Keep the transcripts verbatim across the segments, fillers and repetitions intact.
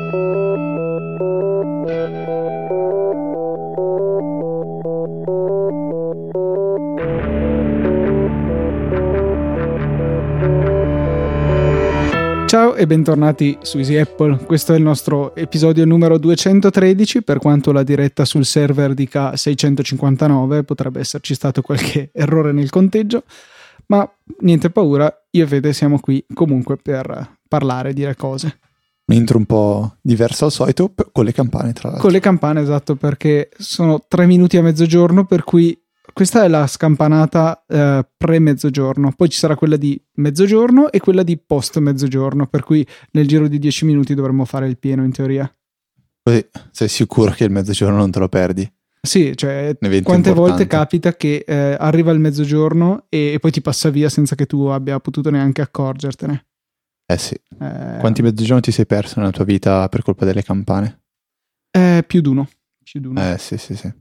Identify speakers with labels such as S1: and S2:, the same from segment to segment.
S1: Ciao e bentornati su Easy Apple. Questo è il nostro episodio numero duecentotredici, per quanto la diretta sul server dica seicentocinquantanove, potrebbe esserci stato qualche errore nel conteggio, ma niente paura, io e Fede siamo qui comunque per parlare, dire cose.
S2: Intro un po' diverso al solito, con le campane tra l'altro.
S1: Con le campane, esatto, perché sono tre minuti a mezzogiorno, per cui questa è la scampanata eh, pre-mezzogiorno, poi ci sarà quella di mezzogiorno e quella di post-mezzogiorno, per cui nel giro di dieci minuti dovremmo fare il pieno in teoria.
S2: Così sei sicuro che il mezzogiorno non te lo perdi?
S1: Sì, cioè quante volte capita che eh, arriva il mezzogiorno e, e poi ti passa via senza che tu abbia potuto neanche accorgertene.
S2: Eh sì.
S1: Eh,
S2: Quanti mezzogiorni ti sei perso nella tua vita per colpa delle campane?
S1: Eh, più d'uno. Più d'uno.
S2: Eh sì sì sì.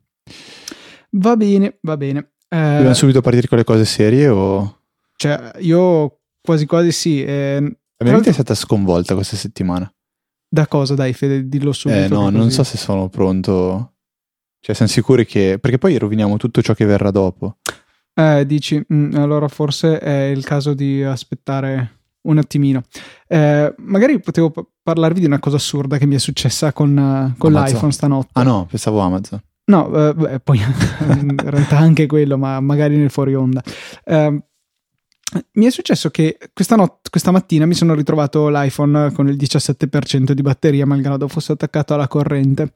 S1: Va bene, va bene. Eh,
S2: Dobbiamo subito partire con le cose serie o...
S1: Cioè, io quasi quasi sì. Eh,
S2: La mia vita è stata sconvolta questa settimana.
S1: Da cosa, dai Fede, dillo subito.
S2: Eh no, non so se sono pronto. Cioè, siamo sicuri che... Perché poi roviniamo tutto ciò che verrà dopo.
S1: Eh, dici, mh, allora forse è il caso di aspettare un attimino. Eh, magari potevo p- parlarvi di una cosa assurda che mi è successa con, uh, con l'iPhone stanotte.
S2: Ah no, pensavo Amazon.
S1: No, eh, beh, poi in realtà anche quello, ma magari nel fuori onda. Eh, mi è successo che questa, not- questa mattina mi sono ritrovato l'iPhone con il diciassette per cento di batteria, malgrado fosse attaccato alla corrente.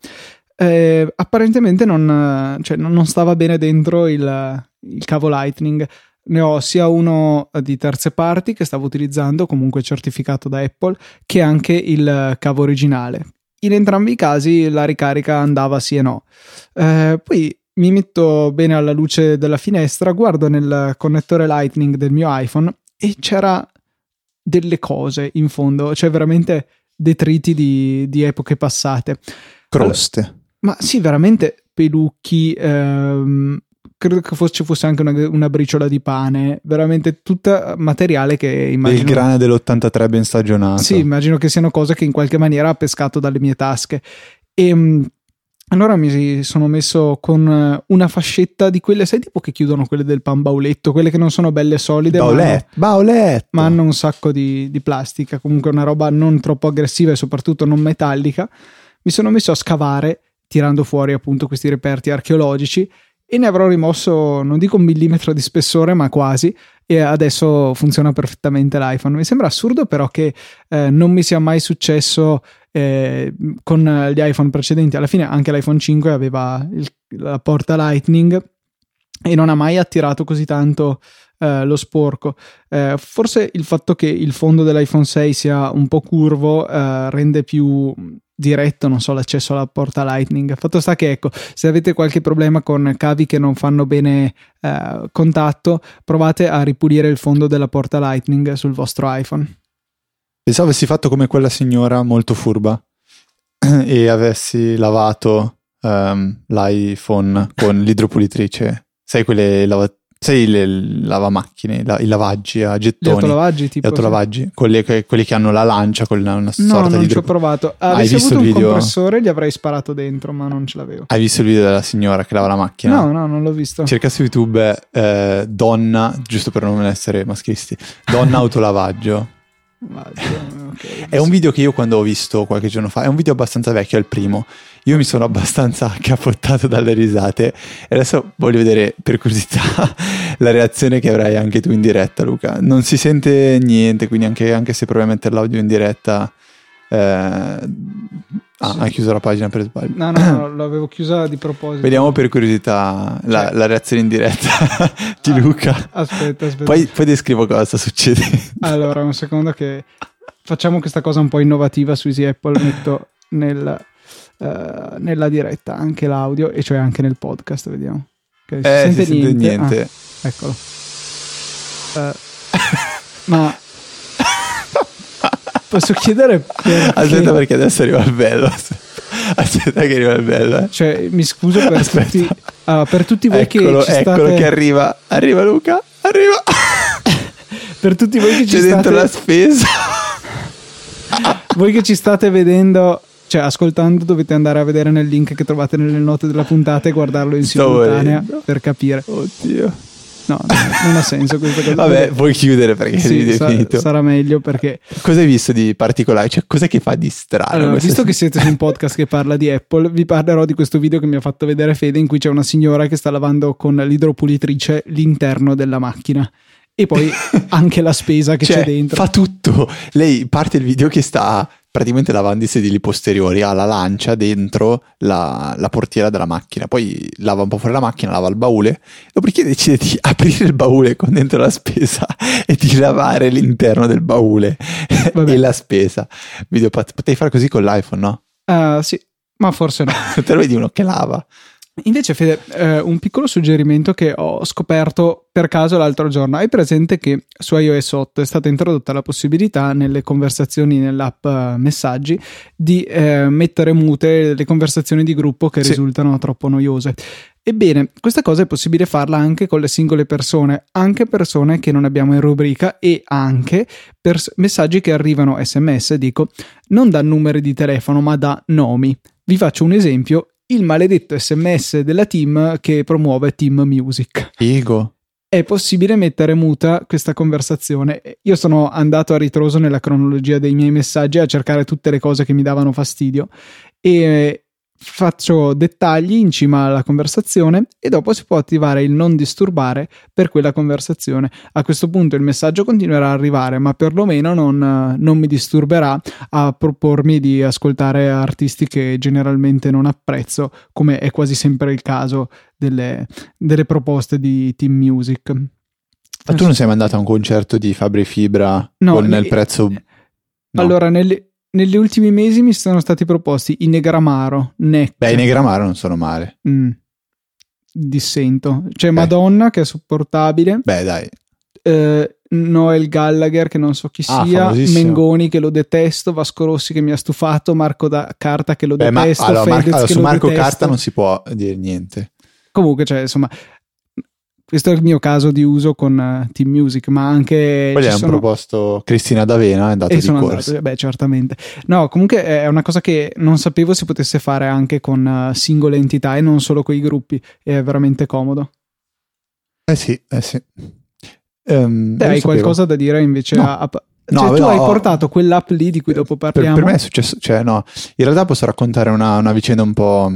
S1: Eh, apparentemente non, cioè, non stava bene dentro il, il cavo Lightning. Ne ho sia uno di terze parti che stavo utilizzando, comunque certificato da Apple, che anche il cavo originale. In entrambi i casi la ricarica andava sì e no. Eh, poi mi metto bene alla luce della finestra, guardo nel connettore Lightning del mio iPhone e c'era delle cose in fondo, cioè veramente detriti di, di epoche passate.
S2: Croste.
S1: Allora, ma sì, veramente pelucchi, ehm, credo che fosse, ci fosse anche una, una briciola di pane, veramente tutto materiale che immagino...
S2: Il grane dell'ottantatré ben stagionato.
S1: Sì, immagino che siano cose che in qualche maniera ha pescato dalle mie tasche. E allora mi sono messo con una fascetta di quelle, sai, tipo che chiudono quelle del pan bauletto, quelle che non sono belle solide,
S2: Bauletto,
S1: ma, hanno,
S2: bauletto.
S1: ma hanno un sacco di, di plastica, comunque una roba non troppo aggressiva e soprattutto non metallica. Mi sono messo a scavare, tirando fuori appunto questi reperti archeologici, e ne avrò rimosso, non dico un millimetro di spessore, ma quasi, e adesso funziona perfettamente l'iPhone. Mi sembra assurdo però che eh, non mi sia mai successo eh, con gli iPhone precedenti. Alla fine anche l'iPhone cinque aveva il, la porta Lightning e non ha mai attirato così tanto eh, lo sporco. Eh, forse il fatto che il fondo dell'iPhone sei sia un po' curvo eh, rende più diretto, non so, l'accesso alla porta Lightning. Fatto sta che, ecco, se avete qualche problema con cavi che non fanno bene eh, contatto, provate a ripulire il fondo della porta Lightning sul vostro iPhone.
S2: Pensavo avessi fatto come quella signora molto furba e avessi lavato um, l'iPhone con l'idropulitrice. Sai quelle lavatrici? Sai le lavamacchine, la, i lavaggi a gettoni,
S1: gli autolavaggi, tipo,
S2: gli autolavaggi, sì. quelli, che, quelli che hanno la lancia con una, una sorta
S1: no,
S2: di
S1: non
S2: idro...
S1: ci ho provato. Avessi avuto un video? compressore, gli avrei sparato dentro, ma non ce l'avevo.
S2: Hai visto il video della signora che lava la macchina?
S1: No, no, non l'ho visto.
S2: Cerca su YouTube eh, donna, giusto per non essere maschilisti, donna autolavaggio. Okay. È un video che io quando ho visto qualche giorno fa, è un video abbastanza vecchio, è il primo. Io mi sono abbastanza capottato dalle risate e adesso voglio vedere per curiosità la reazione che avrai anche tu in diretta, Luca. Non si sente niente, quindi anche, anche se provi a mettere l'audio in diretta eh... ah, sì. Hai chiuso la pagina per sbaglio.
S1: No, no, no, l'avevo chiusa di proposito.
S2: Vediamo per curiosità la, cioè. la reazione in diretta di ah, Luca.
S1: Aspetta, aspetta.
S2: Poi, poi descrivo cosa sta succedendo.
S1: Allora, un secondo che facciamo questa cosa un po' innovativa su Easy Apple, metto nel, uh, nella diretta anche l'audio, e cioè anche nel podcast, vediamo. Okay, si
S2: eh,
S1: sente
S2: si
S1: niente.
S2: Sente niente.
S1: Ah, eccolo. Uh, ma posso chiedere perché...
S2: Aspetta, perché adesso arriva il bello. Aspetta che arriva il bello, eh.
S1: Cioè, mi scuso per Aspetta. tutti uh, per tutti voi
S2: eccolo,
S1: che ci
S2: eccolo
S1: state...
S2: che arriva. Arriva Luca, arriva.
S1: Per tutti voi che ci
S2: C'è
S1: state...
S2: dentro la spesa.
S1: Voi che ci state vedendo Cioè, ascoltando dovete andare a vedere nel link che trovate nelle note della puntata e guardarlo in simultanea per capire.
S2: Oddio.
S1: No, no, non ha senso questa cosa.
S2: Vabbè, puoi chiudere perché
S1: sì,
S2: il video
S1: sa-
S2: è finito.
S1: Sarà meglio perché...
S2: Cosa hai visto di particolare? Cioè, cos'è che fa di strano?
S1: Allora,
S2: Questa-
S1: visto che siete su un podcast che parla di Apple, vi parlerò di questo video che mi ha fatto vedere Fede, in cui c'è una signora che sta lavando con l'idropulitrice l'interno della macchina. E poi anche la spesa che
S2: cioè,
S1: c'è dentro.
S2: Fa tutto. Lei parte il video che sta praticamente lavando i sedili posteriori, ha la lancia dentro la, la portiera della macchina, poi lava un po' fuori la macchina, lava il baule, dopodiché decide di aprire il baule con dentro la spesa e di lavare l'interno del baule e la spesa. Video pat- potevi fare così con l'iPhone, no?
S1: Uh, sì, ma forse no.
S2: Te lo vedi uno che lava.
S1: Invece Fede, eh, un piccolo suggerimento che ho scoperto per caso l'altro giorno. Hai presente che su iOS otto è stata introdotta la possibilità nelle conversazioni nell'app uh, messaggi di eh, mettere mute le conversazioni di gruppo che
S2: sì.
S1: risultano troppo noiose. Ebbene, questa cosa è possibile farla anche con le singole persone, anche persone che non abbiamo in rubrica e anche per messaggi che arrivano sms, dico, non da numeri di telefono ma da nomi. Vi faccio un esempio. Il maledetto sms della team che promuove Team Music.
S2: Figo.
S1: È possibile mettere muta questa conversazione. Io sono andato a ritroso nella cronologia dei miei messaggi a cercare tutte le cose che mi davano fastidio e faccio dettagli in cima alla conversazione e dopo si può attivare il non disturbare per quella conversazione. A questo punto il messaggio continuerà a arrivare, ma perlomeno non, non mi disturberà a propormi di ascoltare artisti che generalmente non apprezzo, come è quasi sempre il caso delle, delle proposte di Team Music.
S2: Ma tu non sei mandato a un concerto di Fabri Fibra
S1: no,
S2: con
S1: ne,
S2: il prezzo? No.
S1: Allora, nelle Negli ultimi mesi mi sono stati proposti i Negramaro, Neck.
S2: Beh, i Negramaro non sono male.
S1: Mm. Dissento. C'è Madonna eh. che è sopportabile.
S2: Beh, dai.
S1: Eh, Noel Gallagher che non so chi
S2: ah,
S1: sia, Mengoni che lo detesto, Vasco Rossi che mi ha stufato, Marco da Carta che lo
S2: Beh,
S1: detesto,
S2: ma, allora,
S1: Fedez
S2: Mar- allora,
S1: che
S2: su
S1: lo
S2: Marco
S1: detesto.
S2: Carta non si può dire niente.
S1: Comunque, cioè, insomma, questo è il mio caso di uso con uh, Team Music, ma anche
S2: poi
S1: ci
S2: gli hanno
S1: sono...
S2: proposto Cristina D'Avena, è andato
S1: e
S2: di
S1: sono
S2: corsa.
S1: Andato, beh, certamente. No, comunque è una cosa che non sapevo si potesse fare anche con uh, singole entità e non solo con i gruppi, è veramente comodo.
S2: Eh sì, eh sì. Um,
S1: Te hai qualcosa da dire invece
S2: no.
S1: a... a...
S2: No,
S1: cioè, tu
S2: no,
S1: hai portato quell'app lì di cui dopo parliamo.
S2: Per, per me è successo, cioè no, in realtà posso raccontare una, una vicenda un po'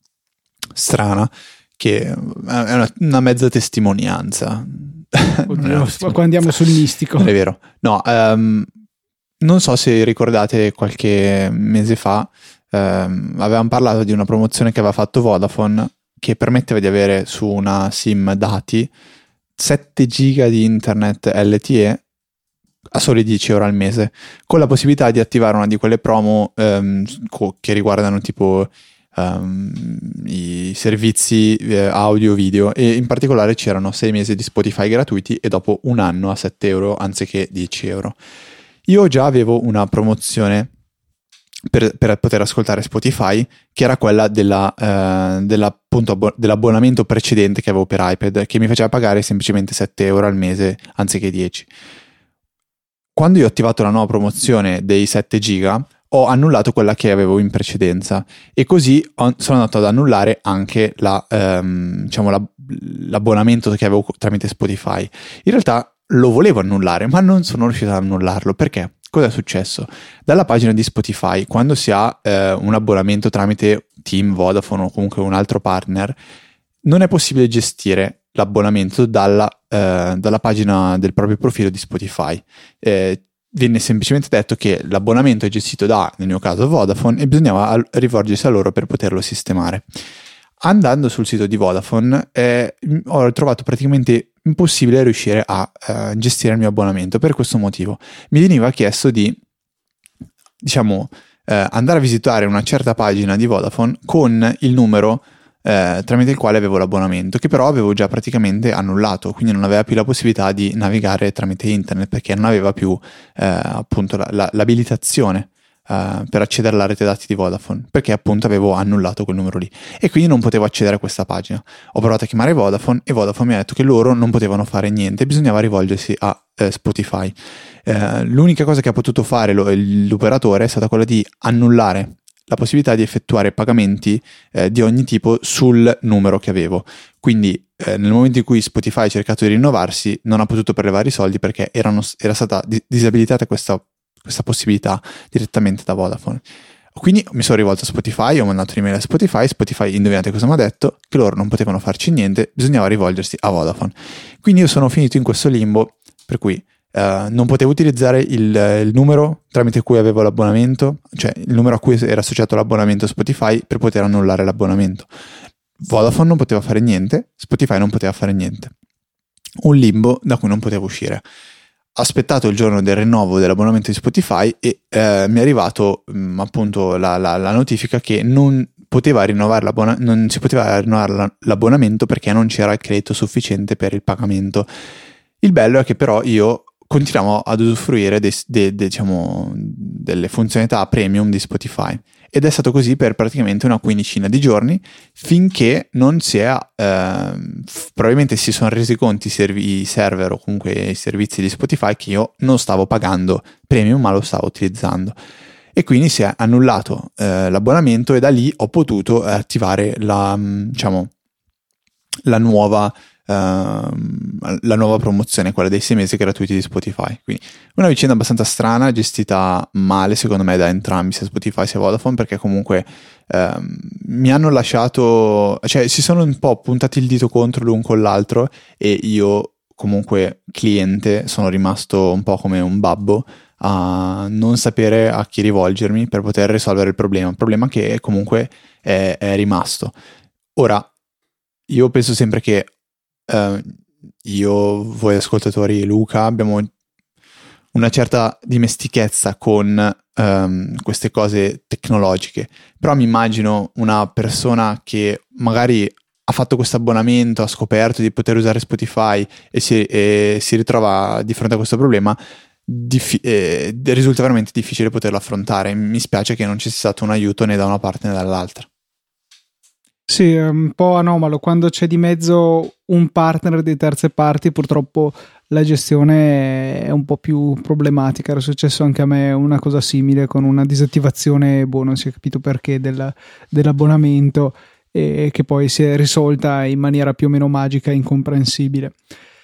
S2: strana, che è una, una mezza testimonianza.
S1: Oddio, qua andiamo sul mistico.
S2: Non è vero. No, um, non so se ricordate qualche mese fa um, avevamo parlato di una promozione che aveva fatto Vodafone che permetteva di avere su una SIM dati sette giga di internet L T E a soli dieci euro al mese, con la possibilità di attivare una di quelle promo um, co- che riguardano tipo um, i servizi eh, audio video, e in particolare c'erano sei mesi di Spotify gratuiti e dopo un anno a sette euro anziché dieci euro. Io già avevo una promozione per, per poter ascoltare Spotify che era quella della, eh, della, appunto, abbo- dell'abbonamento precedente che avevo per iPad, che mi faceva pagare semplicemente sette euro al mese anziché dieci. Quando io ho attivato la nuova promozione dei sette giga ho annullato quella che avevo in precedenza e così ho, sono andato ad annullare anche la, ehm, diciamo la, l'abbonamento che avevo tramite Spotify. In realtà lo volevo annullare ma non sono riuscito ad annullarlo. Perché? Cosa è successo? Dalla pagina di Spotify, quando si ha eh, un abbonamento tramite Team, Vodafone o comunque un altro partner, non è possibile gestire l'abbonamento dalla, eh, dalla pagina del proprio profilo di Spotify. Eh, viene semplicemente detto che l'abbonamento è gestito da, nel mio caso, Vodafone e bisognava rivolgersi a loro per poterlo sistemare. Andando sul sito di Vodafone eh, ho trovato praticamente impossibile riuscire a uh, gestire il mio abbonamento. Per questo motivo mi veniva chiesto di, diciamo, eh, andare a visitare una certa pagina di Vodafone con il numero eh, tramite il quale avevo l'abbonamento, che però avevo già praticamente annullato, quindi non aveva più la possibilità di navigare tramite internet perché non aveva più eh, appunto la, la, l'abilitazione Uh, per accedere alla rete dati di Vodafone, perché appunto avevo annullato quel numero lì e quindi non potevo accedere a questa pagina. Ho provato a chiamare Vodafone e Vodafone mi ha detto che loro non potevano fare niente, bisognava rivolgersi a eh, Spotify. Uh, l'unica cosa che ha potuto fare lo, l'operatore è stata quella di annullare la possibilità di effettuare pagamenti eh, di ogni tipo sul numero che avevo. Quindi eh, nel momento in cui Spotify ha cercato di rinnovarsi non ha potuto prelevare i soldi perché erano, era stata di- disabilitata questa, questa possibilità direttamente da Vodafone. Quindi mi sono rivolto a Spotify, ho mandato un'email a Spotify, Spotify indovinate cosa mi ha detto? Che loro non potevano farci niente, bisognava rivolgersi a Vodafone. Quindi io sono finito in questo limbo per cui Uh, non potevo utilizzare il, il numero tramite cui avevo l'abbonamento, cioè il numero a cui era associato l'abbonamento Spotify, per poter annullare l'abbonamento. Vodafone non poteva fare niente, Spotify non poteva fare niente. Un limbo da cui non potevo uscire. Ho aspettato il giorno del rinnovo dell'abbonamento di Spotify e uh, mi è arrivato um, appunto la, la, la notifica che non poteva rinnovare l'abbona- non si poteva rinnovare l'abbonamento perché non c'era il credito sufficiente per il pagamento. Il bello è che però io continuiamo ad usufruire de, de, de, diciamo, delle funzionalità premium di Spotify ed è stato così per praticamente una quindicina di giorni finché non si è eh, probabilmente si sono resi conto i, servi, i server o comunque i servizi di Spotify che io non stavo pagando premium ma lo stavo utilizzando e quindi si è annullato eh, l'abbonamento e da lì ho potuto attivare la, diciamo, la nuova Uh, la nuova promozione, quella dei sei mesi gratuiti di Spotify. Quindi una vicenda abbastanza strana, gestita male secondo me da entrambi, sia Spotify sia Vodafone, perché comunque uh, mi hanno lasciato, cioè si sono un po' puntati il dito contro l'un con l'altro e io comunque cliente sono rimasto un po' come un babbo a non sapere a chi rivolgermi per poter risolvere il problema, un problema che comunque è, è rimasto. Ora io penso sempre che Uh, io, voi ascoltatori e Luca abbiamo una certa dimestichezza con um, queste cose tecnologiche, però mi immagino una persona che magari ha fatto questo abbonamento, ha scoperto di poter usare Spotify e si, e si ritrova di fronte a questo problema, diffi- eh, risulta veramente difficile poterlo affrontare. Mi spiace che non ci sia stato un aiuto né da una parte né dall'altra.
S1: Sì, è un po' anomalo. Quando c'è di mezzo un partner di terze parti, purtroppo la gestione è un po' più problematica. Era successo anche a me una cosa simile con una disattivazione, boh, non si è capito perché, del, dell'abbonamento e che poi si è risolta in maniera più o meno magica e incomprensibile.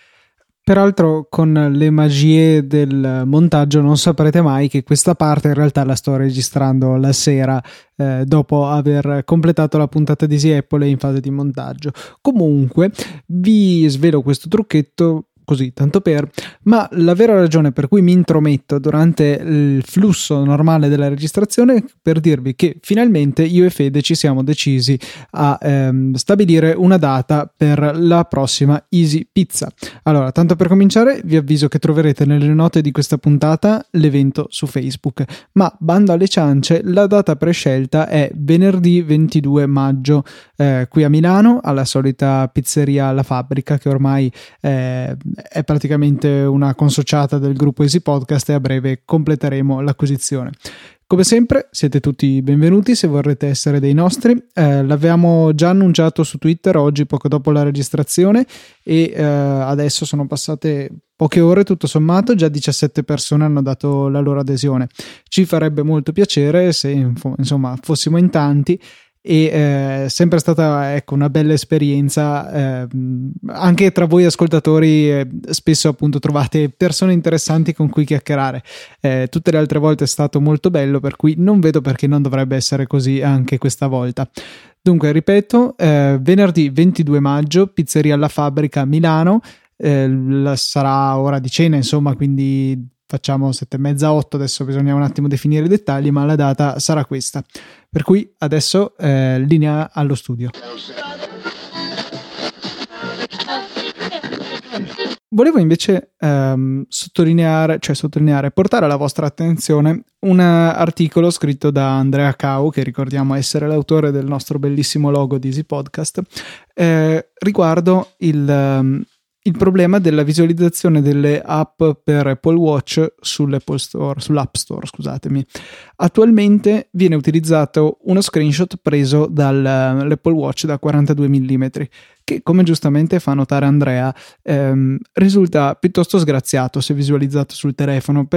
S1: Peraltro con le magie del montaggio non saprete mai che questa parte in realtà la sto registrando la sera eh, dopo aver completato la puntata di Easy Apple in fase di montaggio. Comunque vi svelo questo trucchetto così tanto per, ma la vera ragione per cui mi intrometto durante il flusso normale della registrazione è per dirvi che finalmente io e Fede ci siamo decisi a ehm, stabilire una data per la prossima Easy Pizza. Allora, tanto per cominciare vi avviso che troverete nelle note di questa puntata l'evento su Facebook, ma bando alle ciance, la data prescelta è venerdì ventidue maggio eh, qui a Milano alla solita pizzeria La Fabbrica, che ormai eh, è praticamente una consociata del gruppo Easy Podcast e a breve completeremo l'acquisizione. Come sempre siete tutti benvenuti se vorrete essere dei nostri. Eh, l'avevamo già annunciato su Twitter oggi poco dopo la registrazione e eh, adesso sono passate poche ore, tutto sommato già diciassette persone hanno dato la loro adesione. Ci farebbe molto piacere se insomma fossimo in tanti e è eh, sempre stata ecco una bella esperienza eh, anche tra voi ascoltatori. Eh, spesso appunto trovate persone interessanti con cui chiacchierare, eh, tutte le altre volte è stato molto bello, per cui non vedo perché non dovrebbe essere così anche questa volta. Dunque ripeto, eh, venerdì ventidue maggio, pizzeria La Fabbrica, Milano. Eh, la, sarà ora di cena insomma, quindi facciamo sette e mezza, otto, adesso bisogna un attimo definire i dettagli, ma la data sarà questa, per cui adesso eh, linea allo studio. Volevo invece ehm, sottolineare, cioè sottolineare, portare alla vostra attenzione un articolo scritto da Andrea Cau, che ricordiamo essere l'autore del nostro bellissimo logo di Easy Podcast, eh, riguardo il il problema della visualizzazione delle app per Apple Watch sull'Apple Store, sull'App Store, scusatemi. Attualmente viene utilizzato uno screenshot preso dall'Apple Watch da quarantadue millimetri, che, come giustamente fa notare Andrea, ehm, risulta piuttosto sgraziato se visualizzato sul telefono, perché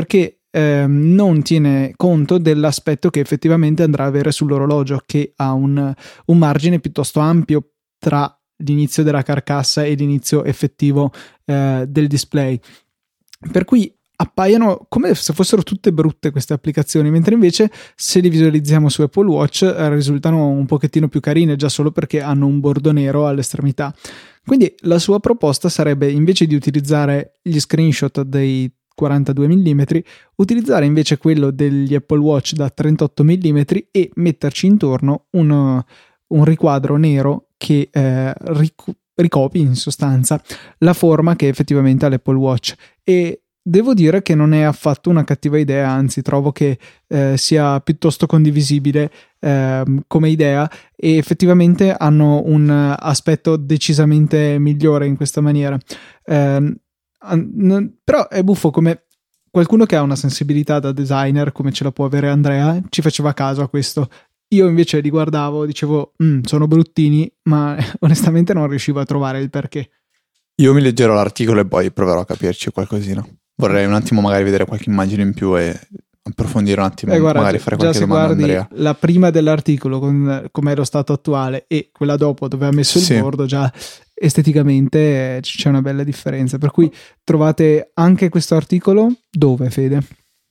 S1: eh, non tiene conto dell'aspetto che effettivamente andrà a avere sull'orologio, che ha un, un margine piuttosto ampio tra l'inizio della carcassa e l'inizio effettivo eh, del display, per cui appaiono come se fossero tutte brutte queste applicazioni, mentre invece se li visualizziamo su Apple Watch eh, risultano un pochettino più carine, già solo perché hanno un bordo nero all'estremità. Quindi la sua proposta sarebbe, invece di utilizzare gli screenshot dei quarantadue millimetri, utilizzare invece quello degli Apple Watch da trentotto millimetri e metterci intorno un, un riquadro nero che eh, ric- ricopi in sostanza la forma che effettivamente ha l'Apple Watch. E devo dire che non è affatto una cattiva idea, anzi trovo che eh, sia piuttosto condivisibile eh, come idea, e effettivamente hanno un aspetto decisamente migliore in questa maniera. Eh, non, però è buffo come qualcuno che ha una sensibilità da designer come ce la può avere Andrea ci faceva caso a questo. Io invece li guardavo, dicevo mm, sono bruttini, ma onestamente non riuscivo a trovare il perché.
S2: Io mi leggerò l'articolo e poi proverò a capirci qualcosina. Vorrei un attimo magari vedere qualche immagine in più e approfondire un attimo, eh, guarda, magari fare qualche domanda a Andrea.
S1: La prima dell'articolo con come lo stato attuale e quella dopo dove ha messo il sì. bordo, già esteticamente c'è una bella differenza, per cui trovate anche questo articolo dove, Fede?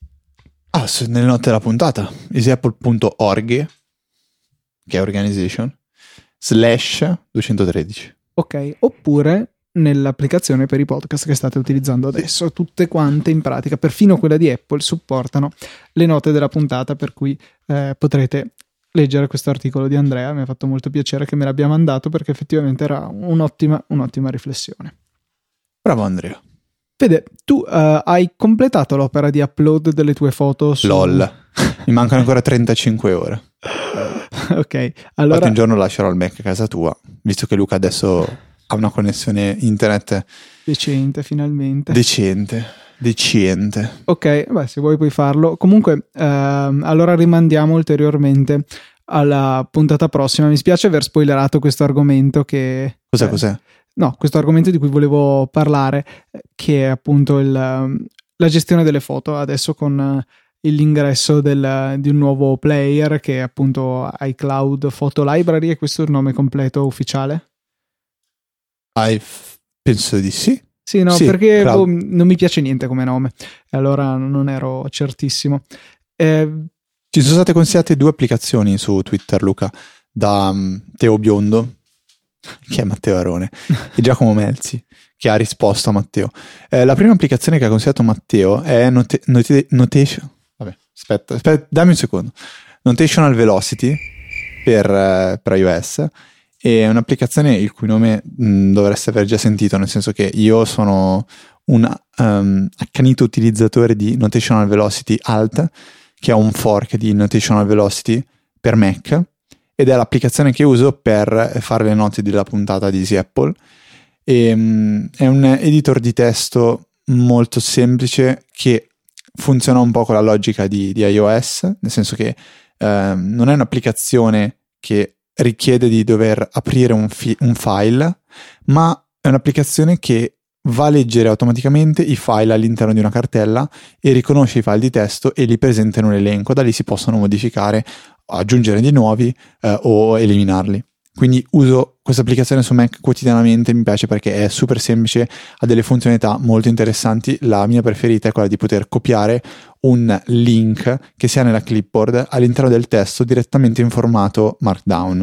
S2: Ah, nelle note della puntata, easyapple punto org, che è organization, slash duecentotredici.
S1: Ok, oppure nell'applicazione per i podcast che state utilizzando adesso, tutte quante in pratica, perfino quella di Apple, supportano le note della puntata, per cui eh, potrete leggere questo articolo di Andrea. Mi ha fatto molto piacere che me l'abbia mandato, perché effettivamente era un'ottima, un'ottima riflessione.
S2: Bravo Andrea.
S1: Fede, tu uh, hai completato l'opera di upload delle tue foto su...
S2: LOL, mi mancano ancora trentacinque ore.
S1: Ok, allora...
S2: Infatti un giorno lascerò il Mac a casa tua, visto che Luca adesso ha una connessione internet...
S1: Decente, finalmente.
S2: Decente, decente.
S1: Ok, beh, se vuoi puoi farlo. Comunque, ehm, allora rimandiamo ulteriormente alla puntata prossima. Mi spiace aver spoilerato questo argomento che...
S2: Cos'è,
S1: eh,
S2: cos'è?
S1: No, questo argomento di cui volevo parlare, che è appunto il, la gestione delle foto, adesso con l'ingresso del, di un nuovo player che è appunto iCloud Photo Library. E questo è il nome completo ufficiale?
S2: I penso di sì.
S1: Sì, no,
S2: sì,
S1: perché boh, non mi piace niente come nome, allora non ero certissimo. Eh,
S2: Ci sono state consigliate due applicazioni su Twitter, Luca, da um, Teo Biondo, che è Matteo Arone, e Giacomo Melzi, che ha risposto a Matteo. Eh, la prima applicazione che ha consigliato Matteo è Note, Note, Notation. Vabbè, aspetta, aspetta, dammi un secondo. Notational Velocity per, eh, per iOS. È un'applicazione il cui nome mh, dovreste aver già sentito, nel senso che io sono un um, accanito utilizzatore di Notational Velocity Alt, che è un fork di Notational Velocity per Mac, ed è l'applicazione che uso per fare le note della puntata di Easy Apple. E, um, è un editor di testo molto semplice che funziona un po' con la logica di, di iOS, nel senso che um, non è un'applicazione che richiede di dover aprire un, fi- un file, ma è un'applicazione che va a leggere automaticamente i file all'interno di una cartella e riconosce i file di testo e li presenta in un elenco. Da lì si possono modificare, aggiungere di nuovi eh, o eliminarli. Quindi uso questa applicazione su Mac quotidianamente, mi piace perché è super semplice, ha delle funzionalità molto interessanti. La mia preferita è quella di poter copiare un link che sia nella clipboard all'interno del testo direttamente in formato Markdown,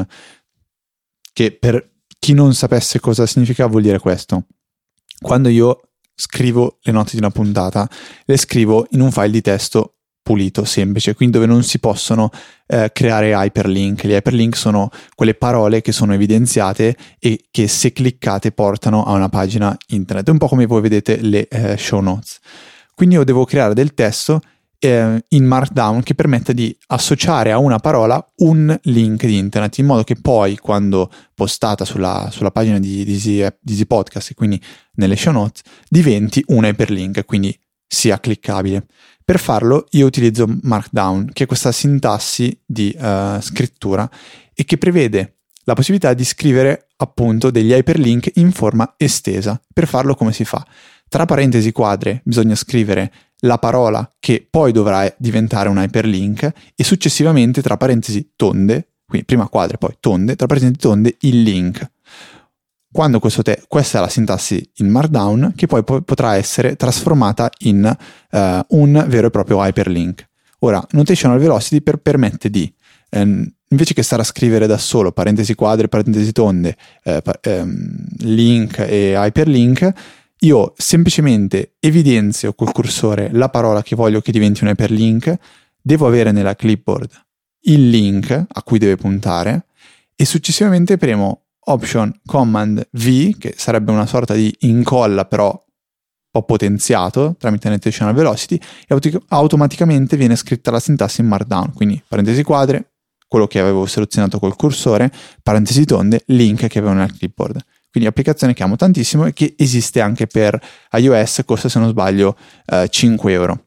S2: che per chi non sapesse cosa significa vuol dire questo: quando io scrivo le note di una puntata, le scrivo in un file di testo pulito, semplice, quindi dove non si possono eh, creare hyperlink. Gli hyperlink sono quelle parole che sono evidenziate e che se cliccate portano a una pagina internet, è un po' come voi vedete le eh, show notes. Quindi io devo creare del testo eh, in Markdown che permetta di associare a una parola un link di internet, in modo che poi quando postata sulla, sulla pagina di, di, Easy, di Easy Podcast, e quindi nelle show notes, diventi un hyperlink, quindi sia cliccabile. Per farlo io utilizzo Markdown, che è questa sintassi di uh, scrittura e che prevede la possibilità di scrivere appunto degli hyperlink in forma estesa. Per farlo come si fa? Tra parentesi quadre bisogna scrivere la parola che poi dovrà diventare un hyperlink e successivamente tra parentesi tonde, quindi prima quadre poi tonde, tra parentesi tonde il link. Quando questo te- questa è la sintassi in Markdown, che poi po- potrà essere trasformata in uh, un vero e proprio hyperlink. Ora, Notational Velocity per- permette di, ehm, invece che stare a scrivere da solo parentesi quadre, parentesi tonde, eh, pa- ehm, link e hyperlink, io semplicemente evidenzio col cursore la parola che voglio che diventi un hyperlink, devo avere nella clipboard il link a cui deve puntare e successivamente premo Option Command V, che sarebbe una sorta di incolla però un po' potenziato tramite Notational Velocity, e auto- automaticamente viene scritta la sintassi in Markdown, quindi parentesi quadre, quello che avevo selezionato col cursore, parentesi tonde, link che avevo nel clipboard. Quindi applicazione che amo tantissimo e che esiste anche per iOS, costa se non sbaglio eh, cinque euro.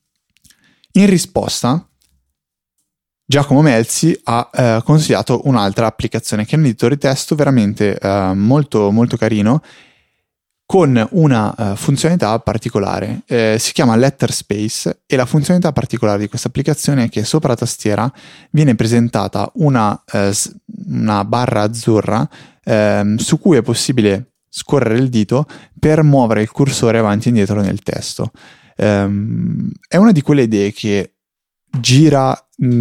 S2: In risposta Giacomo Melzi ha eh, consigliato un'altra applicazione che è un editore testo veramente eh, molto molto carino, con una uh, funzionalità particolare. Eh, si chiama Letterspace e la funzionalità particolare di questa applicazione è che sopra la tastiera viene presentata una, eh, una barra azzurra eh, su cui è possibile scorrere il dito per muovere il cursore avanti e indietro nel testo. Um, è una di quelle idee che gira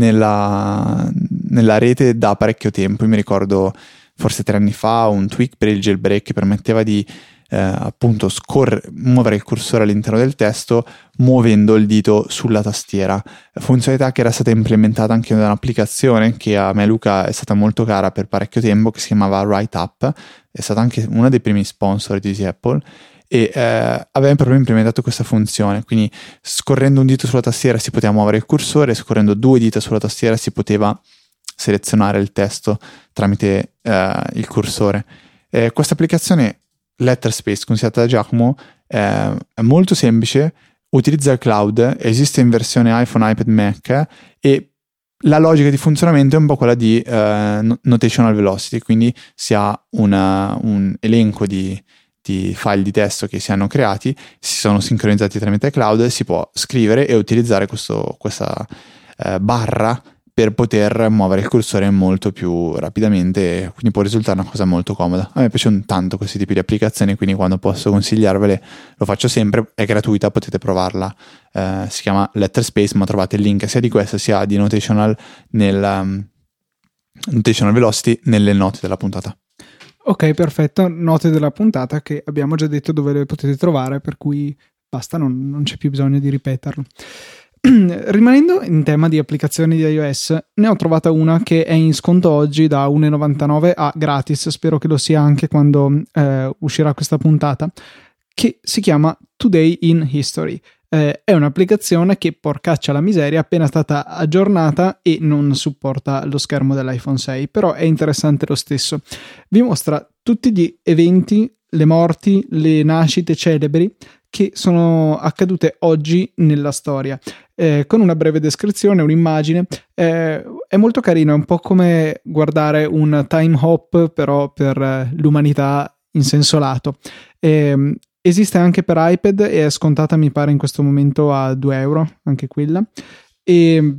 S2: nella, nella rete da parecchio tempo. Io mi ricordo forse tre anni fa un tweak per il jailbreak che permetteva di eh, appunto scorre, muovere il cursore all'interno del testo muovendo il dito sulla tastiera, funzionalità che era stata implementata anche da un'applicazione che a me, Luca, è stata molto cara per parecchio tempo, che si chiamava WriteUp, è stata anche una dei primi sponsor di Apple e eh, aveva proprio implementato questa funzione, quindi scorrendo un dito sulla tastiera si poteva muovere il cursore, scorrendo due dita sulla tastiera si poteva selezionare il testo tramite eh, il cursore. Eh, questa applicazione Letterspace, consigliata da Giacomo, eh, è molto semplice, utilizza il cloud, esiste in versione iPhone, iPad, Mac e la logica di funzionamento è un po' quella di eh, Notational Velocity, quindi si ha una, un elenco di di file di testo che si hanno creati, si sono sincronizzati tramite cloud, si può scrivere e utilizzare questo, questa eh, barra per poter muovere il cursore molto più rapidamente, quindi può risultare una cosa molto comoda. A me piacciono tanto questi tipi di applicazioni, quindi quando posso consigliarvele lo faccio sempre, è gratuita, potete provarla, eh, si chiama Letterspace, ma trovate il link sia di questa sia di Notational nel um, Notational Velocity nelle note della puntata.
S1: Ok, perfetto, note della puntata che abbiamo già detto dove le potete trovare, per cui basta, non, non c'è più bisogno di ripeterlo. Rimanendo in tema di applicazioni di iOS, ne ho trovata una che è in sconto oggi da uno virgola novantanove a gratis, spero che lo sia anche quando eh, uscirà questa puntata, che si chiama Today in History. Eh, è un'applicazione che, porcaccia la miseria, è appena stata aggiornata e non supporta lo schermo dell'iPhone sei, però è interessante lo stesso. Vi mostra tutti gli eventi, le morti, le nascite celebri che sono accadute oggi nella storia, eh, con una breve descrizione, un'immagine. Eh, è molto carino, è un po' come guardare un time hop però per l'umanità in senso lato. Eh, Esiste anche per iPad e è scontata, mi pare, in questo momento a due euro, anche quella. E...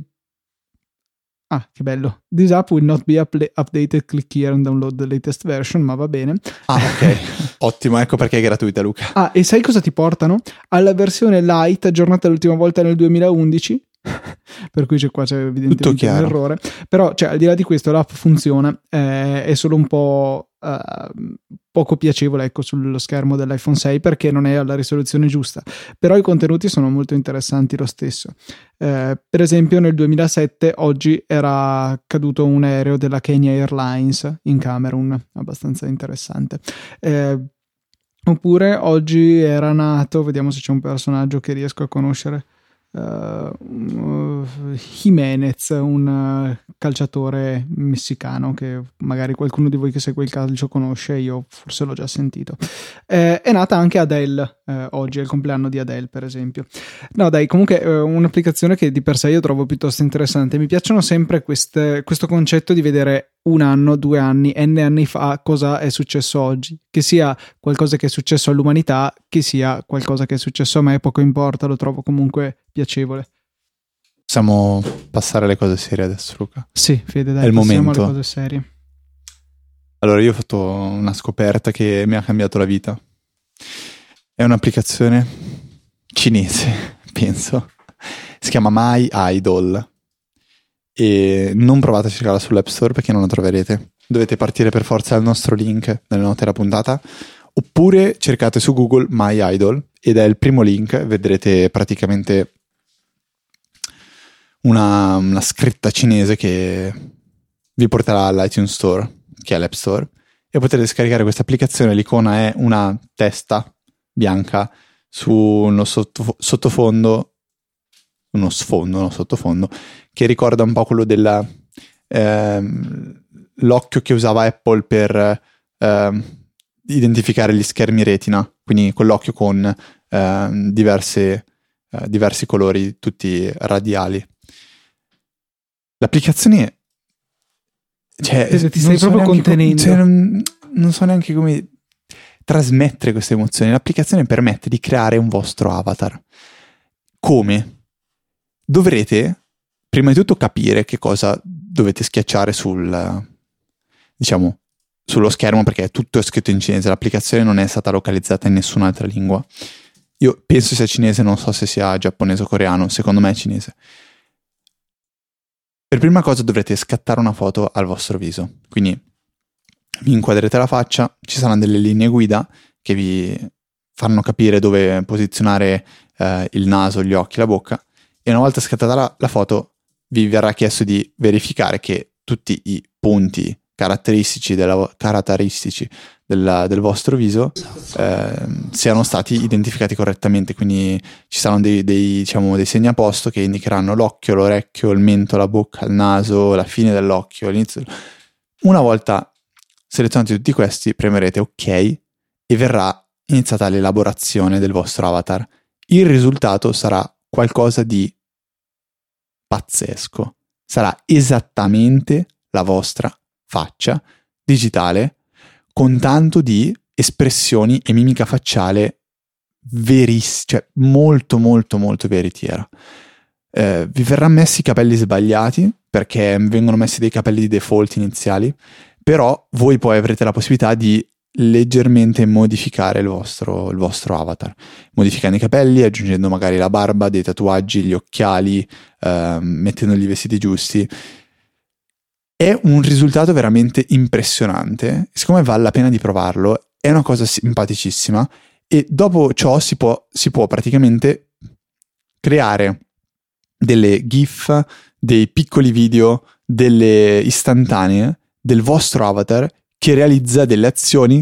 S1: Ah, che bello. This app will not be up- updated, click here and download the latest version, ma va bene.
S2: Ah, ok. Ottimo, ecco perché è gratuita, Luca.
S1: Ah, e sai cosa ti portano? Alla versione light, aggiornata l'ultima volta nel duemilaundici, per cui c'è qua c'è evidentemente un errore. Però, cioè, al di là di questo, l'app funziona, eh, è solo un po' Uh, poco piacevole, ecco, sullo schermo dell'iPhone sei perché non è alla risoluzione giusta, però i contenuti sono molto interessanti lo stesso. Uh, per esempio nel duemilasette oggi era caduto un aereo della Kenya Airlines in Camerun, abbastanza interessante. Uh, oppure oggi era nato, vediamo se c'è un personaggio che riesco a conoscere, Uh, uh, Jimenez, un uh, calciatore messicano che magari qualcuno di voi che segue il calcio conosce, io forse l'ho già sentito. Eh, è nata anche Adele eh, oggi, è il compleanno di Adele, per esempio. No dai, comunque eh, un'applicazione che di per sé io trovo piuttosto interessante. Mi piacciono sempre queste, questo concetto di vedere un anno, due anni, n anni fa cosa è successo oggi, che sia qualcosa che è successo all'umanità, che sia qualcosa che è successo a me, poco importa, lo trovo comunque piacevole.
S2: Possiamo passare alle cose serie adesso, Luca?
S1: Sì, Fede, dai,
S2: è il
S1: passiamo
S2: momento.
S1: alle cose serie.
S2: Allora, io ho fatto una scoperta che mi ha cambiato la vita. È un'applicazione cinese, penso. Si chiama My Idol. E non provate a cercarla sull'App Store perché non la troverete. Dovete partire per forza dal nostro link nelle note della puntata, oppure cercate su Google My Idol ed è il primo link. Vedrete praticamente una, una scritta cinese che vi porterà all'iTunes Store, che è l'App Store, e potete scaricare questa applicazione. L'icona è una testa bianca su uno sottof- sottofondo uno sfondo, uno sottofondo, che ricorda un po' quello della ehm, l'occhio che usava Apple per ehm, identificare gli schermi retina, quindi quell'occhio con ehm, diverse, eh, diversi colori, tutti radiali. L'applicazione, cioè,
S1: Fede, ti stai
S2: so
S1: proprio contenendo.
S2: Com- cioè, non, non so neanche come trasmettere queste emozioni. L'applicazione permette di creare un vostro avatar. Come? Dovrete prima di tutto capire che cosa dovete schiacciare sul, diciamo, sullo schermo, perché tutto è scritto in cinese. L'applicazione non è stata localizzata in nessun'altra lingua. Io penso sia cinese, non so se sia giapponese o coreano, secondo me è cinese. Per prima cosa dovrete scattare una foto al vostro viso, quindi vi inquadrete la faccia, ci saranno delle linee guida che vi fanno capire dove posizionare eh, il naso, gli occhi, la bocca. E una volta scattata la, la foto vi verrà chiesto di verificare che tutti i punti caratteristici, della, caratteristici della, del vostro viso eh, siano stati identificati correttamente. Quindi ci saranno dei, dei, diciamo, dei segni a posto che indicheranno l'occhio, l'orecchio, il mento, la bocca, il naso, la fine dell'occhio, l'inizio. Una volta selezionati tutti questi, premerete OK e verrà iniziata l'elaborazione del vostro avatar. Il risultato sarà qualcosa di pazzesco. Sarà esattamente la vostra faccia digitale, con tanto di espressioni e mimica facciale verissima, cioè molto molto molto veritiera. Eh, vi verranno messi i capelli sbagliati perché vengono messi dei capelli di default iniziali, però voi poi avrete la possibilità di leggermente modificare il vostro, il vostro avatar, modificando i capelli, aggiungendo magari la barba, dei tatuaggi, gli occhiali, eh, mettendogli i vestiti giusti. È un risultato veramente impressionante. Siccome vale la pena di provarlo, è una cosa simpaticissima, e dopo ciò si può, si può praticamente creare delle GIF, dei piccoli video, delle istantanee del vostro avatar che realizza delle azioni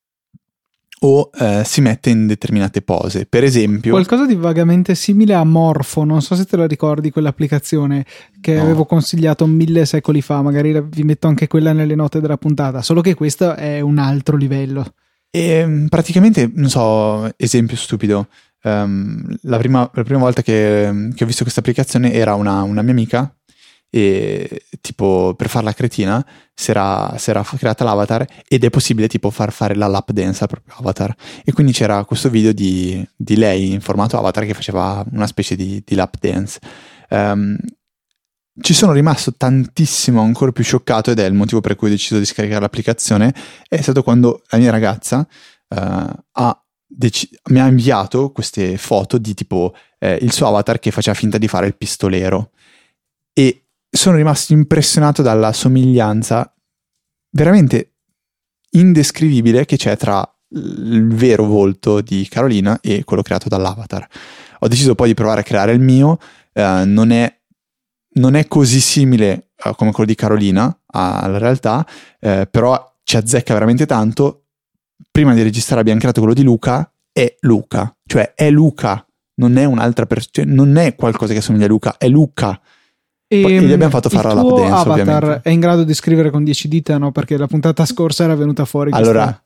S2: o eh, si mette in determinate pose. Per esempio,
S1: qualcosa di vagamente simile a Morpho, non so se te la ricordi, quell'applicazione che no. avevo consigliato mille secoli fa. Magari vi metto anche quella nelle note della puntata, solo che questo è un altro livello.
S2: E praticamente, non so, esempio stupido, um, la, prima, la prima volta che, che ho visto questa applicazione era una, una mia amica, e tipo per farla cretina si era, si era creata l'avatar, ed è possibile tipo far fare la lap dance al proprio avatar, e quindi c'era questo video di, di lei in formato avatar che faceva una specie di, di lap dance. Um, ci sono rimasto tantissimo, ancora più scioccato, ed è il motivo per cui ho deciso di scaricare l'applicazione. È stato quando la mia ragazza uh, ha dec- mi ha inviato queste foto di tipo eh, il suo avatar che faceva finta di fare il pistolero, e sono rimasto impressionato dalla somiglianza veramente indescrivibile che c'è tra il vero volto di Carolina e quello creato dall'avatar. Ho deciso poi di provare a creare il mio. Uh, non è non è così simile uh, come quello di Carolina alla realtà, uh, però ci azzecca veramente tanto. Prima di registrare abbiamo creato quello di Luca, è Luca, cioè è Luca, non è un'altra persona, non è qualcosa che assomiglia a Luca, è Luca. E, Poi, e gli abbiamo fatto fare la lap dance,
S1: avatar
S2: ovviamente.
S1: È in grado di scrivere con dieci dita, no? Perché la puntata scorsa era venuta fuori
S2: allora
S1: questa...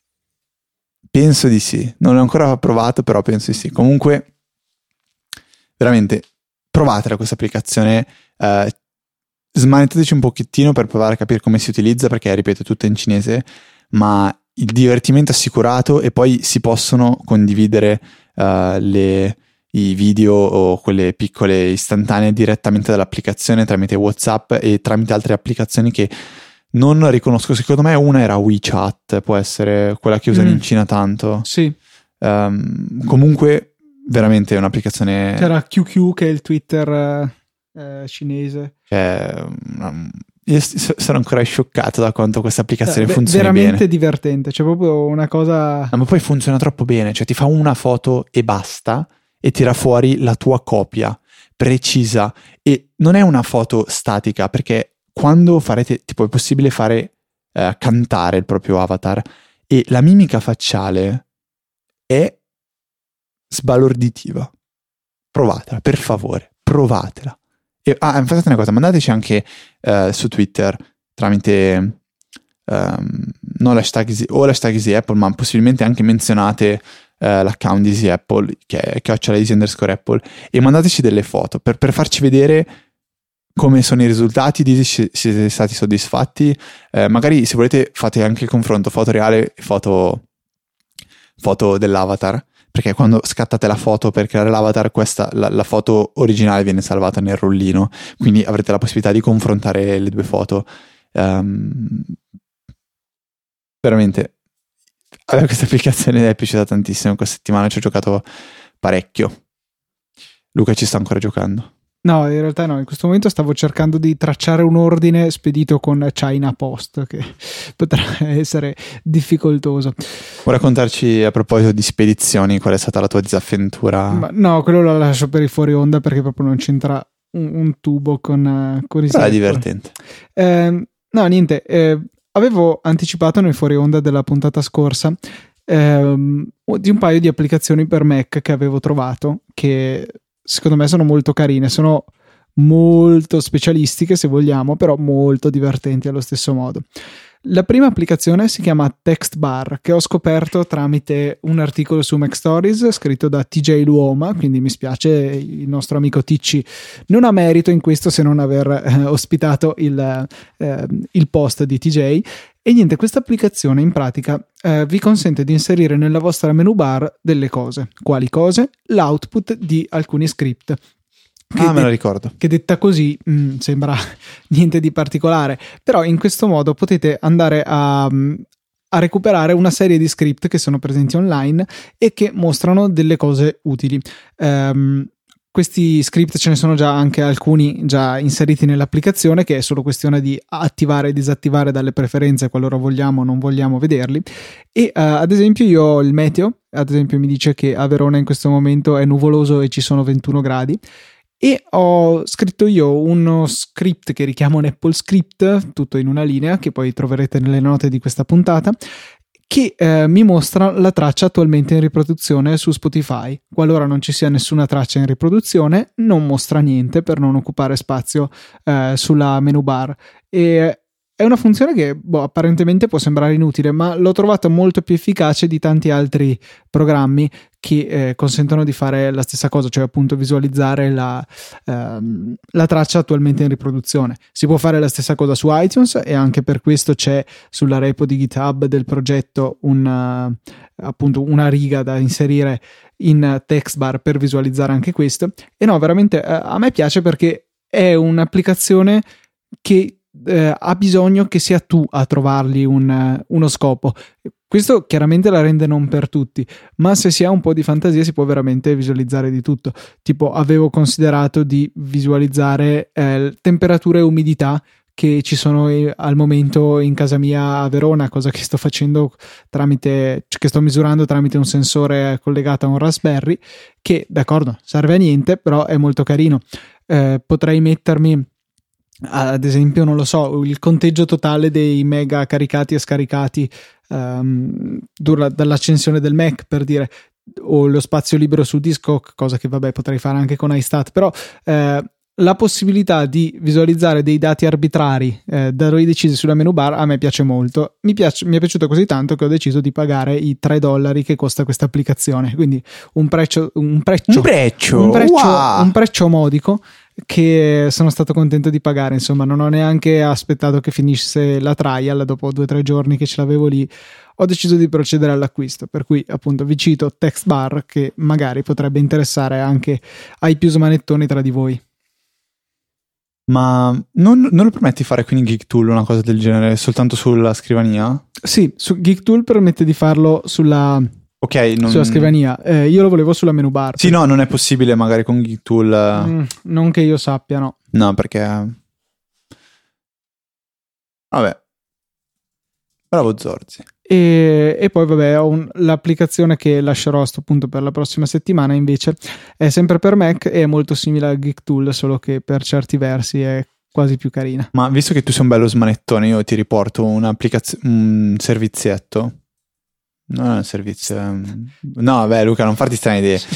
S2: penso di sì, non l'ho ancora provato, però penso di sì. Comunque veramente provatela questa applicazione, eh, smanettateci un pochettino per provare a capire come si utilizza, perché ripeto è tutto in cinese, ma il divertimento assicurato, e poi si possono condividere uh, le, i video o quelle piccole istantanee direttamente dall'applicazione tramite WhatsApp e tramite altre applicazioni che non riconosco. Secondo me una era WeChat, può essere quella che usano mm. in Cina tanto.
S1: Sì.
S2: Um, comunque veramente è un'applicazione.
S1: C'era Q Q che è il Twitter eh, cinese.
S2: Cioè, um, io sono ancora scioccato da quanto questa applicazione
S1: eh,
S2: funzioni
S1: veramente
S2: bene.
S1: Divertente, c'è proprio una cosa.
S2: No, ma poi funziona troppo bene, cioè ti fa una foto e basta e tira fuori la tua copia precisa, e non è una foto statica, perché quando farete, tipo è possibile fare eh, cantare il proprio avatar, e la mimica facciale è sbalorditiva. Provatela, per favore, provatela. E, ah, fate una cosa, mandateci anche uh, su Twitter tramite um, non l'hashtag Easy, o l'hashtag Easy Apple, ma possibilmente anche menzionate uh, l'account di Easy Apple, che è chiocciola easy underscore Apple, e mandateci delle foto per, per farci vedere come sono i risultati, diteci se siete stati soddisfatti. Uh, magari se volete fate anche il confronto foto reale e foto, foto dell'avatar, perché quando scattate la foto per creare l'avatar, questa, la, la foto originale viene salvata nel rullino, quindi avrete la possibilità di confrontare le due foto. Um, veramente, a me questa applicazione è piaciuta tantissimo, questa settimana ci ho giocato parecchio. Luca ci sta ancora giocando?
S1: No, in realtà no, in questo momento stavo cercando di tracciare un ordine spedito con China Post, che potrà essere difficoltoso.
S2: Vuoi raccontarci a proposito di spedizioni qual è stata la tua disavventura?
S1: Ma no, quello lo lascio per i fuori onda, perché proprio non c'entra un, un tubo con, con i
S2: Però è divertente.
S1: Eh, no, niente, eh, avevo anticipato nel fuori onda della puntata scorsa eh, di un paio di applicazioni per Mac che avevo trovato, che secondo me sono molto carine, sono molto specialistiche se vogliamo, però molto divertenti allo stesso modo. La prima applicazione si chiama TextBar, che ho scoperto tramite un articolo su Mac Stories scritto da T J Luoma, quindi mi spiace, il nostro amico Ticci non ha merito in questo se non aver eh, ospitato il, eh, il post di T J. E niente, questa applicazione in pratica eh, vi consente di inserire nella vostra menu bar delle cose. Quali cose? L'output di alcuni script.
S2: Che ah, me la ricordo.
S1: Che detta così mh, sembra niente di particolare, però in questo modo potete andare a, a recuperare una serie di script che sono presenti online e che mostrano delle cose utili. Um, Questi script ce ne sono già anche alcuni già inseriti nell'applicazione, che è solo questione di attivare e disattivare dalle preferenze qualora vogliamo o non vogliamo vederli. E uh, ad esempio io ho il meteo, ad esempio mi dice che a Verona in questo momento è nuvoloso e ci sono ventuno gradi, e ho scritto io uno script che richiama un Apple Script, tutto in una linea, che poi troverete nelle note di questa puntata, che eh, mi mostra la traccia attualmente in riproduzione su Spotify. Qualora non ci sia nessuna traccia in riproduzione, non mostra niente per non occupare spazio eh, sulla menu bar. E è una funzione che boh, apparentemente può sembrare inutile, ma l'ho trovata molto più efficace di tanti altri programmi che eh, consentono di fare la stessa cosa, cioè appunto visualizzare la, ehm, la traccia attualmente in riproduzione. Si può fare la stessa cosa su iTunes, e anche per questo c'è sulla repo di GitHub del progetto una, appunto una riga da inserire in TextBar per visualizzare anche questo. E no, veramente eh, a me piace, perché è un'applicazione che Eh, ha bisogno che sia tu a trovargli un, uno scopo. Questo chiaramente la rende non per tutti, ma se si ha un po' di fantasia si può veramente visualizzare di tutto. Tipo, avevo considerato di visualizzare eh, temperatura e umidità che ci sono al momento in casa mia a Verona, cosa che sto facendo tramite, che sto misurando tramite un sensore collegato a un Raspberry, che d'accordo serve a niente, però è molto carino. Eh, potrei mettermi ad esempio, non lo so, il conteggio totale dei mega caricati e scaricati um, dall'accensione del Mac, per dire, o lo spazio libero su Discog, cosa che vabbè potrei fare anche con iStat, però eh, la possibilità di visualizzare dei dati arbitrari eh, da noi decisi sulla menu bar a me piace molto. Mi, piace, mi è piaciuto così tanto che ho deciso di pagare i tre dollari che costa questa applicazione, quindi un prezzo un prezzo
S2: un prezzo,
S1: un prezzo,
S2: wow.
S1: un prezzo modico che sono stato contento di pagare. Insomma, non ho neanche aspettato che finisse la trial. Dopo due o tre giorni che ce l'avevo lì, ho deciso di procedere all'acquisto, per cui appunto vi cito Text Bar, che magari potrebbe interessare anche ai più smanettoni tra di voi.
S2: Ma non, non lo permetti di fare quindi GeekTool una cosa del genere soltanto sulla scrivania?
S1: Sì, su GeekTool permette di farlo sulla,
S2: okay, non...
S1: sulla scrivania. Eh, io lo volevo sulla menu bar.
S2: Sì, no, non è possibile magari con GeekTool.
S1: Mm, non che io sappia, no.
S2: No, perché... Vabbè. Bravo Zorzi.
S1: E, e poi vabbè ho un, l'applicazione che lascerò a sto punto per la prossima settimana, invece è sempre per Mac e è molto simile a GeekTool, solo che per certi versi è quasi più carina.
S2: Ma visto che tu sei un bello smanettone, io ti riporto un'applicazione, un servizietto. Non è un servizio. Um... No, vabbè, Luca, non farti strane idee.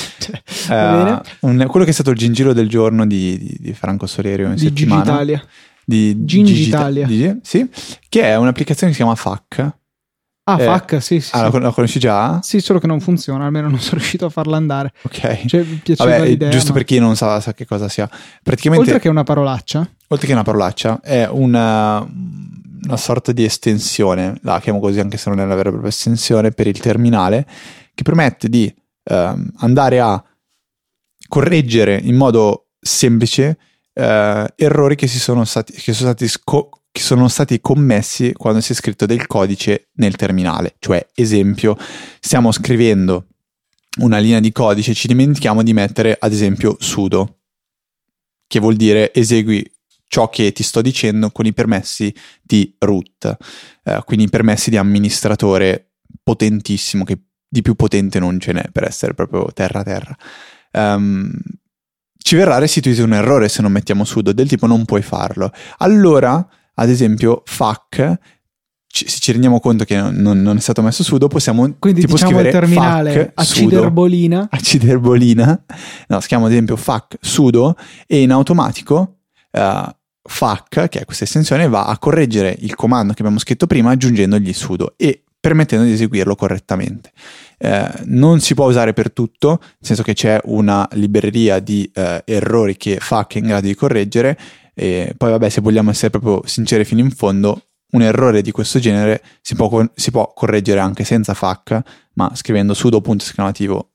S1: uh,
S2: un, quello che è stato il gingillo del giorno di, di, di Franco Solerio in
S1: di
S2: settimana.
S1: Gigitalia.
S2: Di
S1: Gingitalia.
S2: Gigi, sì, che è un'applicazione che si chiama F A Q.
S1: Ah,
S2: eh,
S1: F A Q, sì, sì.
S2: Ah, la conosci già?
S1: Sì, solo che non funziona, almeno non sono riuscito a farla andare.
S2: Ok.
S1: Cioè, mi piaceva
S2: Vabbè,
S1: l'idea,
S2: giusto
S1: ma...
S2: per chi non sa, sa che cosa sia. Praticamente,
S1: oltre che una parolaccia.
S2: Oltre che una parolaccia, è una, una sorta di estensione, la chiamo così anche se non è una vera e propria estensione, per il terminale, che permette di ehm, andare a correggere in modo semplice eh, errori che, si sono stati, che sono stati sco- che sono stati commessi quando si è scritto del codice nel terminale. Cioè, esempio, stiamo scrivendo una linea di codice, ci dimentichiamo di mettere ad esempio sudo, che vuol dire esegui ciò che ti sto dicendo con i permessi di root, eh, quindi i permessi di amministratore potentissimo, che di più potente non ce n'è, per essere proprio terra terra. Um, ci verrà restituito un errore se non mettiamo sudo, del tipo non puoi farlo. Allora, ad esempio, F A Q, ci, se ci rendiamo conto che non, non, non è stato messo sudo, possiamo
S1: quindi
S2: tipo
S1: diciamo
S2: scrivere
S1: il terminale acciderbolina.
S2: Acciderbolina. No, scriviamo ad esempio F A Q sudo e in automatico uh, F A Q, che è questa estensione, va a correggere il comando che abbiamo scritto prima aggiungendogli sudo e permettendo di eseguirlo correttamente. Eh, non si può usare per tutto, nel senso che c'è una libreria di eh, errori che F A Q è in grado di correggere, e poi vabbè, se vogliamo essere proprio sinceri fino in fondo, un errore di questo genere si può, si può correggere anche senza F A Q, ma scrivendo sudo punto esclamativo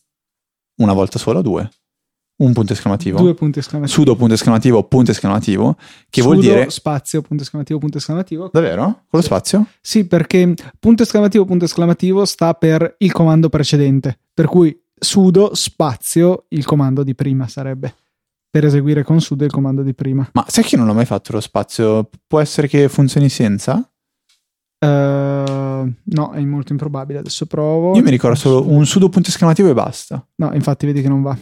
S2: una volta sola o due? Un punto esclamativo,
S1: due punti esclamativi,
S2: sudo punto esclamativo punto esclamativo, che
S1: sudo,
S2: vuol dire
S1: spazio punto esclamativo punto esclamativo.
S2: Davvero? Con lo spazio?
S1: Sì, perché punto esclamativo punto esclamativo sta per il comando precedente, per cui sudo spazio il comando di prima sarebbe, per eseguire con sudo il comando di prima.
S2: Ma sai che non l'ho mai fatto lo spazio? Può essere che funzioni senza?
S1: Uh, no, è molto improbabile. Adesso provo.
S2: Io mi ricordo solo un sudo punto esclamativo e basta.
S1: No, infatti vedi che non va.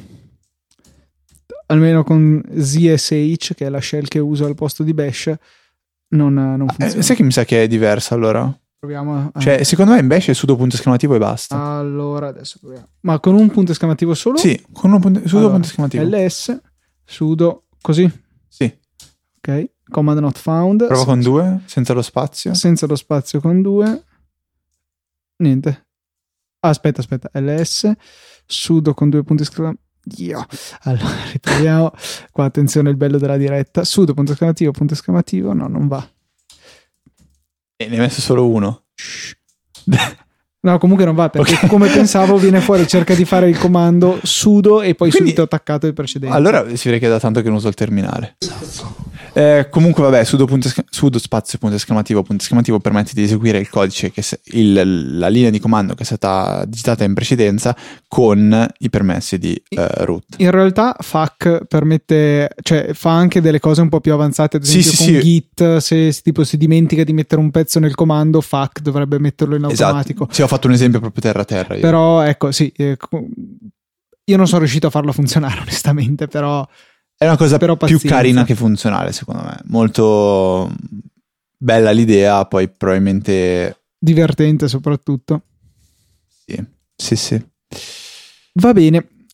S1: Almeno con Z S H, che è la shell che uso al posto di bash, non, non funziona.
S2: Eh, sai che mi sa che è diversa allora?
S1: Proviamo a...
S2: Cioè, secondo me in bash è sudo punto esclamativo e basta.
S1: Allora, adesso proviamo. Ma con un punto esclamativo solo?
S2: Sì, con un punto, sudo
S1: allora,
S2: punto esclamativo.
S1: ls, sudo, così?
S2: Sì.
S1: Ok, command not found.
S2: Prova con due, senza lo spazio.
S1: Senza lo spazio con due. Niente. Ah, aspetta, aspetta. ls, sudo con due punti esclamativi. Io. Allora, riproviamo. Qua attenzione, il bello della diretta. Sudo punto esclamativo punto esclamativo. No, non va.
S2: E ne hai messo solo uno.
S1: No, comunque non va, perché okay. Come pensavo viene fuori, cerca di fare il comando sudo e poi Quindi, subito attaccato il precedente.
S2: Allora si vede che è da tanto che non uso il terminale. Eh, comunque vabbè, sudo, punto esca- sudo spazio punto esclamativo punto esclamativo permette di eseguire il codice, che se- il, la linea di comando che è stata digitata in precedenza con i permessi di eh, root.
S1: In realtà F A Q permette, cioè fa anche delle cose un po' più avanzate, ad esempio sì, sì, con sì. Git, se tipo si dimentica di mettere un pezzo nel comando, F A Q dovrebbe metterlo in automatico.
S2: Esatto. Sì, ho fatto un esempio proprio terra terra io.
S1: Però ecco, sì, eh, io non sono riuscito a farlo funzionare onestamente, però
S2: è una cosa
S1: però
S2: più carina che funzionale, secondo me. Molto bella l'idea, poi probabilmente
S1: divertente soprattutto.
S2: Sì, sì, sì.
S1: Va bene.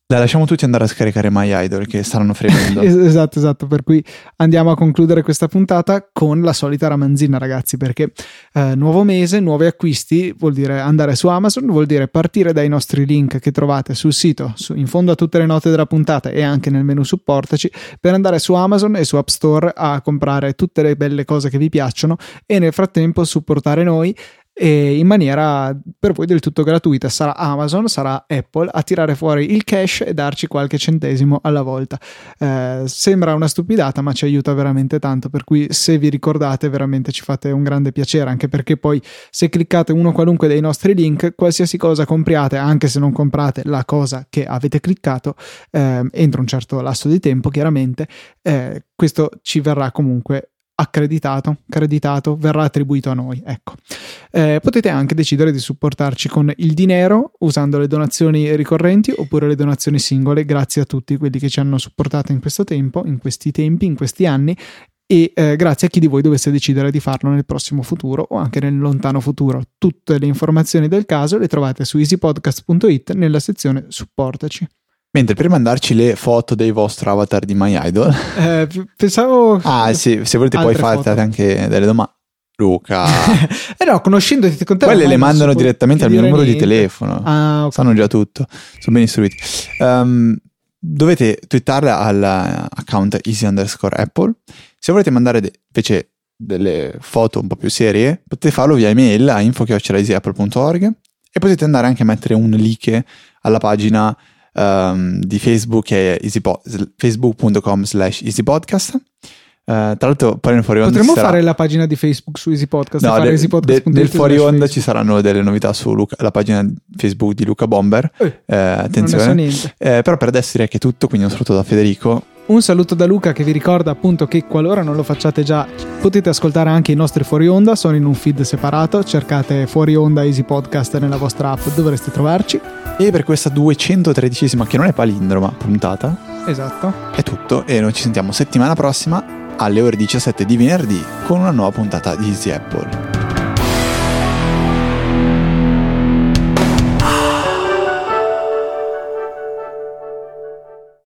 S2: La lasciamo tutti andare a scaricare My Idol, che staranno fremendo.
S1: Esatto, esatto, per cui andiamo a concludere questa puntata con la solita ramanzina, ragazzi, perché eh, nuovo mese, nuovi acquisti, vuol dire andare su Amazon, vuol dire partire dai nostri link che trovate sul sito, su, in fondo a tutte le note della puntata e anche nel menu supportaci, per andare su Amazon e su App Store a comprare tutte le belle cose che vi piacciono e nel frattempo supportare noi, e in maniera per voi del tutto gratuita. Sarà Amazon, sarà Apple a tirare fuori il cash e darci qualche centesimo alla volta. Eh, sembra una stupidata, ma ci aiuta veramente tanto, per cui se vi ricordate veramente ci fate un grande piacere, anche perché poi se cliccate uno qualunque dei nostri link, qualsiasi cosa compriate, anche se non comprate la cosa che avete cliccato, eh, entro un certo lasso di tempo chiaramente, eh, questo ci verrà comunque accreditato, creditato, verrà attribuito a noi, ecco. Eh, potete anche decidere di supportarci con il dinero usando le donazioni ricorrenti oppure le donazioni singole. Grazie a tutti quelli che ci hanno supportato in questo tempo, in questi tempi, in questi anni, e eh, grazie a chi di voi dovesse decidere di farlo nel prossimo futuro o anche nel lontano futuro. Tutte le informazioni del caso le trovate su easypodcast punto it nella sezione supportaci.
S2: Mentre per mandarci le foto dei vostri avatar di My Idol,
S1: eh, pensavo
S2: ah sì, se volete poi fate anche delle domande. Luca,
S1: eh no, conoscendoti con te,
S2: quelle le mandano direttamente al mio numero niente. di telefono.
S1: Ah, okay.
S2: Sanno già tutto, sono ben istruiti. Um, dovete twittarle all'account easy underscore apple. Se volete mandare de- invece delle foto un po' più serie, potete farlo via email a info chiocciola easy apple punto org e potete andare anche a mettere un like alla pagina Um, di Facebook che è easypo- facebook punto com slash easypodcast. Uh, tra l'altro poi nel fuori onda
S1: potremmo
S2: sarà...
S1: fare la pagina di Facebook su Easy Podcast.
S2: No,
S1: fare
S2: de-
S1: easy podcast
S2: de- nel fuori onda ci saranno delle novità sulla pagina Facebook di Luca Bomber.
S1: Eh,
S2: eh, attenzione.
S1: Non ne so niente.
S2: Eh, però per adesso direi che è tutto, quindi un saluto da Federico.
S1: Un saluto da Luca, che vi ricorda appunto che qualora non lo facciate già potete ascoltare anche i nostri fuori onda, sono in un feed separato, cercate fuori onda Easy Podcast nella vostra app, dovreste trovarci.
S2: E per questa duecentotredicesima, che non è palindroma, puntata,
S1: esatto,
S2: è tutto, e noi ci sentiamo settimana prossima alle ore diciassette di venerdì con una nuova puntata di Easy Apple.